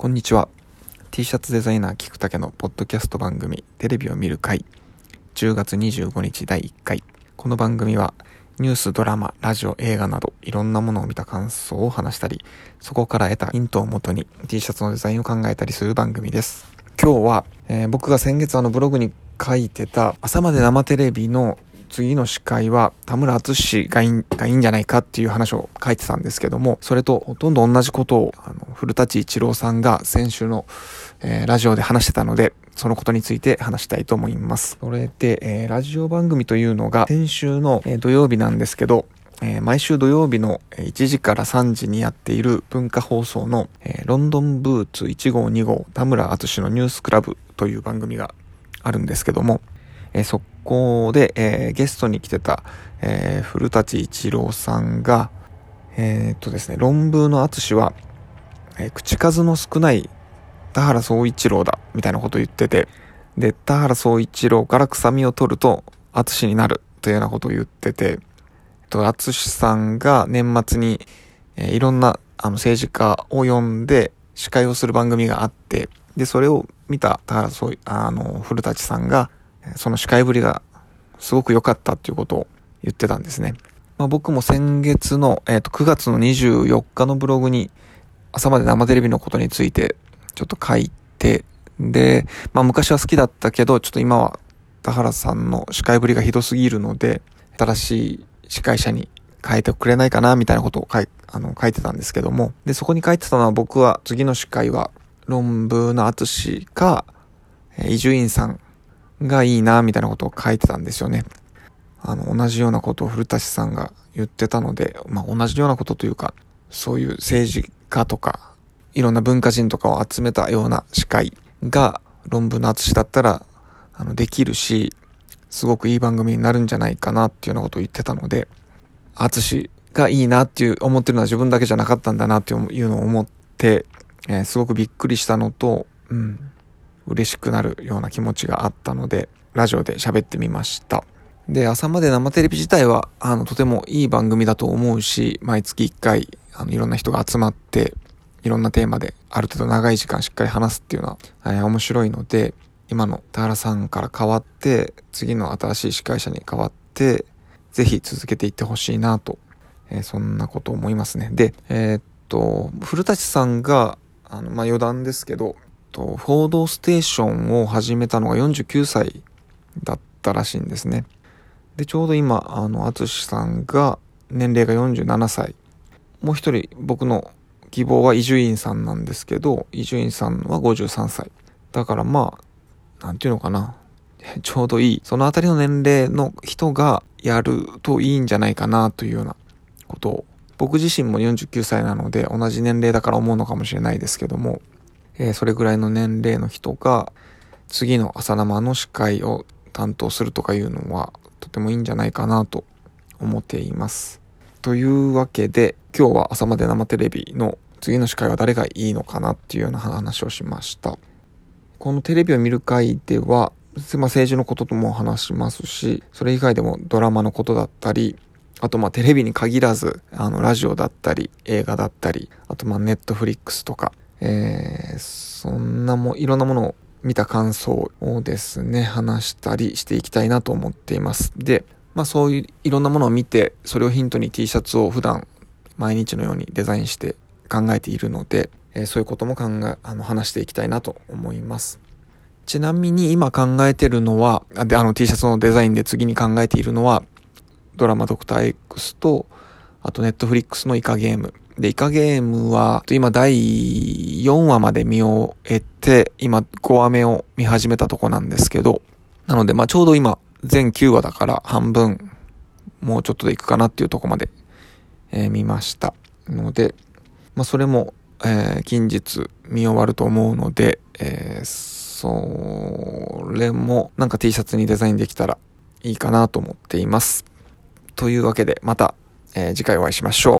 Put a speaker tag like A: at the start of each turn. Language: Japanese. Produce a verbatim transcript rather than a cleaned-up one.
A: こんにちは。 T シャツデザイナー菊竹のポッドキャスト番組テレビを見る会じゅうがつにじゅうごにちだいいっかい。この番組はニュース、ドラマ、ラジオ、映画などいろんなものを見た感想を話したり、そこから得たヒントをもとに T シャツのデザインを考えたりする番組です。今日は、えー、僕が先月あのブログに書いてた朝まで生テレビの次の司会は田村淳がいい、がいいんじゃないかっていう話を書いてたんですけども、それとほとんど同じことをあの古舘一郎さんが先週の、えー、ラジオで話してたので、そのことについて話したいと思います。それで、えー、ラジオ番組というのが先週の、えー、土曜日なんですけど、えー、毎週土曜日のいちじからさんじにやっている文化放送の、えー、ロンドンブーツいちごうにごう田村淳のニュースクラブという番組があるんですけども、えー、そこで、えー、ゲストに来てた、えー、古舘一郎さんが、えー、っとですね、論文の淳は、えー、口数の少ない田原総一郎だみたいなことを言ってて、で、田原総一郎から臭みを取ると淳になるというようなことを言ってて、淳さんが年末に、えー、いろんなあの政治家を呼んで司会をする番組があって、で、それを見た田原総あの古舘さんがその司会ぶりがすごく良かったっていうことを言ってたんですね。まあ、僕も先月の、えーと、くがつのにじゅうよっかのブログに朝まで生テレビのことについてちょっと書いて、で、まあ昔は好きだったけど、ちょっと今は田原さんの司会ぶりがひどすぎるので、新しい司会者に変えてくれないかなみたいなことを書い、あの書いてたんですけども、で、そこに書いてたのは僕は次の司会は論文の淳か伊集院さんがいいなみたいなことを書いてたんですよね。あの同じようなことを古舘さんが言ってたので、まあ同じようなことというか、そういう政治家とかいろんな文化人とかを集めたような司会が論文の淳だったらあのできるし、すごくいい番組になるんじゃないかなっていうようなことを言ってたので、淳がいいなっていう思ってるのは自分だけじゃなかったんだなっていうのを思って、えー、すごくびっくりしたのと、うん嬉しくなるような気持ちがあったので、ラジオで喋ってみました。で、朝まで生テレビ自体は、あの、とてもいい番組だと思うし、毎月いっかい、あの、いろんな人が集まって、いろんなテーマで、ある程度長い時間しっかり話すっていうのは、えー、面白いので、今の田原さんから変わって、次の新しい司会者に変わって、ぜひ続けていってほしいなと、えー、そんなことを思いますね。で、えー、っと、古舘さんが、あの、まあ、余談ですけど、と報道ステーションを始めたのがよんじゅうきゅうさいだったらしいんですね。で、ちょうど今、あの、淳さんが年齢がよんじゅうななさい。もう一人、僕の希望は伊集院さんなんですけど、伊集院さんはごじゅうさんさい。だからまあ、なんていうのかな。ちょうどいい。そのあたりの年齢の人がやるといいんじゃないかなというようなことを、僕自身もよんじゅうきゅうさいなので同じ年齢だから思うのかもしれないですけども、えー、それぐらいの年齢の人が次の朝生の司会を担当するとかいうのはとてもいいんじゃないかなと思っています。というわけで今日は朝まで生テレビの次の司会は誰がいいのかなっていうような話をしました。このテレビを見る会では、まあ、政治のこととも話しますし、それ以外でもドラマのことだったり、あとまあテレビに限らずあのラジオだったり映画だったり、あとまあネットフリックスとか、えー、そんなもいろんなものを見た感想をですね話したりしていきたいなと思っています。で、まあそういういろんなものを見て、それをヒントに T シャツを普段毎日のようにデザインして考えているので、えー、そういうことも考えあの話していきたいなと思います。ちなみに今考えているのは、であの T シャツのデザインで次に考えているのはドラマドクター X と、あとネットフリックスのイカゲームで、イカゲームは今だいよんわまで見終えて、今ごわめを見始めたとこなんですけど、なのでまあちょうど今全きゅうわだから半分もうちょっとでいくかなっていうとこまで、えー、見ましたので、まあそれも、えー、近日見終わると思うので、えー、それもなんか T シャツにデザインできたらいいかなと思っています。というわけでまた、えー、次回お会いしましょう。